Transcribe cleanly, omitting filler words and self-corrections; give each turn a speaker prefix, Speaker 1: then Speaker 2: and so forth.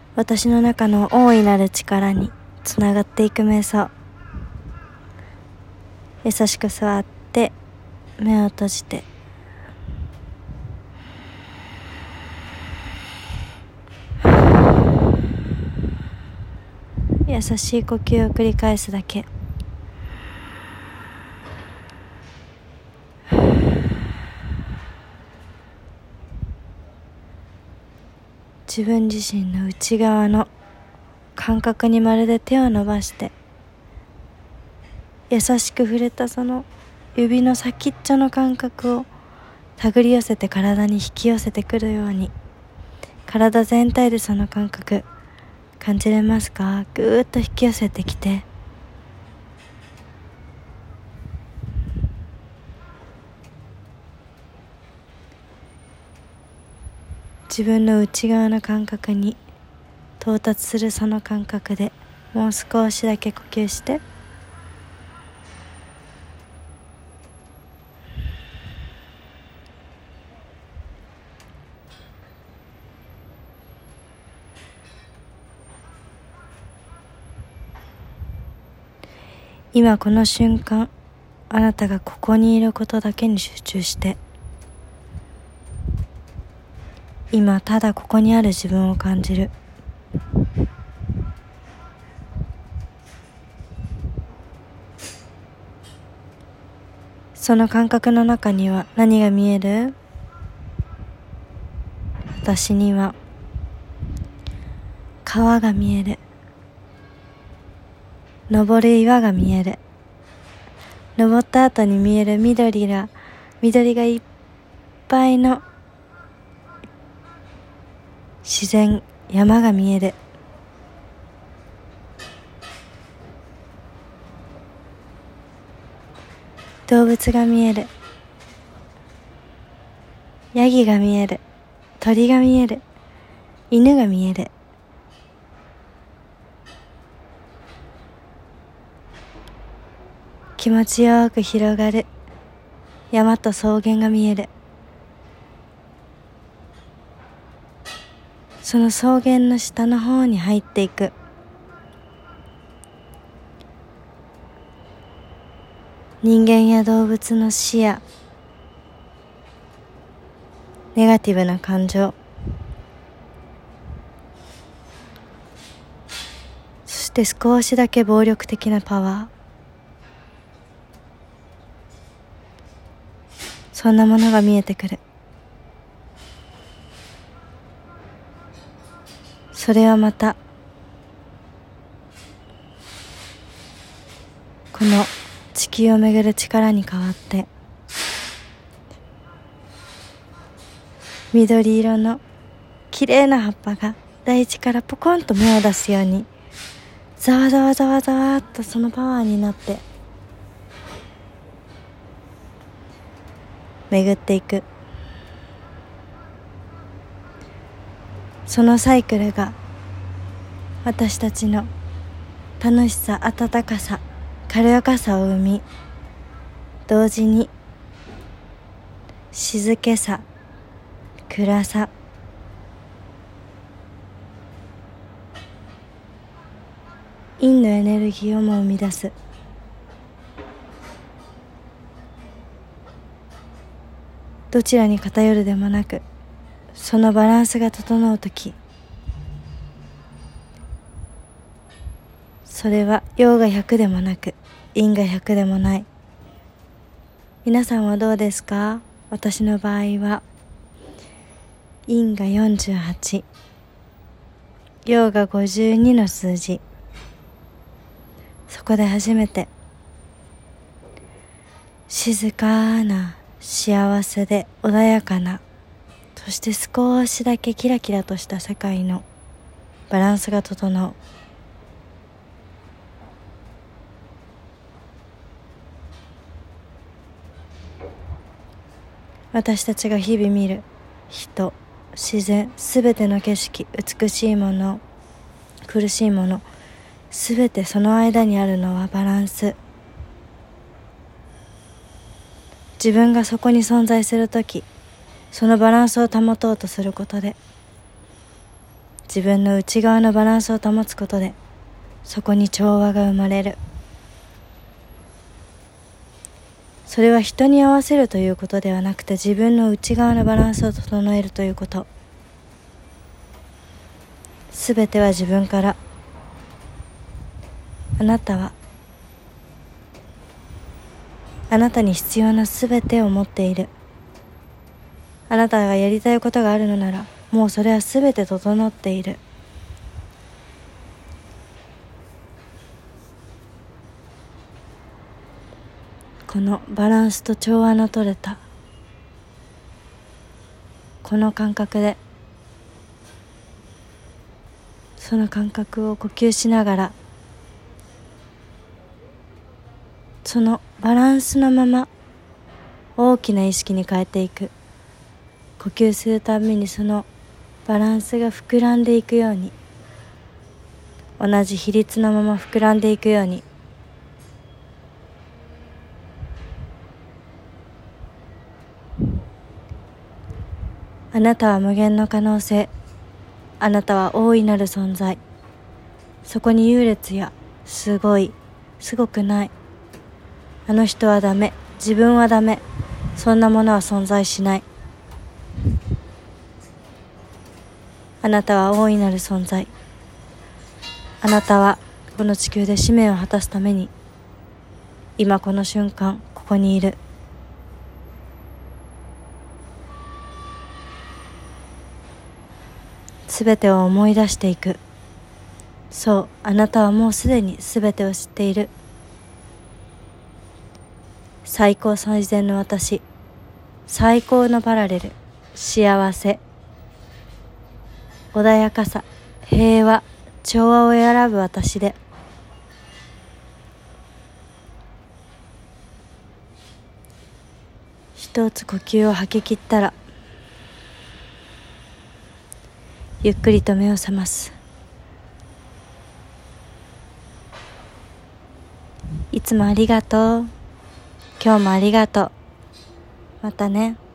Speaker 1: 私の中の大いなる力につながっていく瞑想。優しく座って目を閉じて、優しい呼吸を繰り返すだけ。自分自身の内側の感覚にまるで手を伸ばして、優しく触れたその指の先っちょの感覚を手繰り寄せて体に引き寄せてくるように、体全体でその感覚感じれますか？ぐーっと引き寄せてきて、自分の内側の感覚に到達するその感覚でもう少しだけ呼吸して、今この瞬間、あなたがここにいることだけに集中して、今ただここにある自分を感じる。その感覚の中には何が見える？私には川が見える。登る岩が見える。登った後に見える緑がいっぱいの自然、山が見える。動物が見える。ヤギが見える。鳥が見える。犬が見える。気持ちよく広がる山と草原が見える。その草原の下の方に入っていく。人間や動物の死やネガティブな感情、そして少しだけ暴力的なパワー、そんなものが見えてくる。それはまたこの地球をめぐる力に変わって、緑色の綺麗な葉っぱが大地からポコンと芽を出すように、ざわざわざわざわっとそのパワーになって巡っていく。そのサイクルが私たちの楽しさ、温かさ、軽やかさを生み、同時に静けさ、暗さ、陰のエネルギーをも生み出す。どちらに偏るでもなく、そのバランスが整うとき、それは陽が100でもなく陰が100でもない。皆さんはどうですか？私の場合は陰が48、陽が52の数字。そこで初めて静かな幸せで穏やかな、そして少しだけキラキラとした世界のバランスが整う。私たちが日々見る人、自然、すべての景色、美しいもの、苦しいもの、すべてその間にあるのはバランス。自分がそこに存在するとき、そのバランスを保とうとすることで、 自分の内側のバランスを保つことで、そこに調和が生まれる。それは人に合わせるということではなくて、自分の内側のバランスを整えるということ。すべては自分から。あなたはあなたに必要なすべてを持っている。あなたがやりたいことがあるのなら、もうそれはすべて整っている。このバランスと調和の取れたこの感覚で、その感覚を呼吸しながら、そのバランスのまま大きな意識に変えていく。呼吸するたびにそのバランスが膨らんでいくように、同じ比率のまま膨らんでいくように、あなたは無限の可能性。あなたは大いなる存在。そこに優劣やすごい、すごくない、あの人はダメ、自分はダメ、そんなものは存在しない。あなたは大いなる存在。あなたはこの地球で使命を果たすために、今この瞬間ここにいる。すべてを思い出していく。そう、あなたはもうすでにすべてを知っている。最高最善の私、最高のパラレル、幸せ、穏やかさ、平和、調和を選ぶ私で、一つ呼吸を吐き切ったら、ゆっくりと目を覚ます。いつもありがとう。今日もありがとう。またね。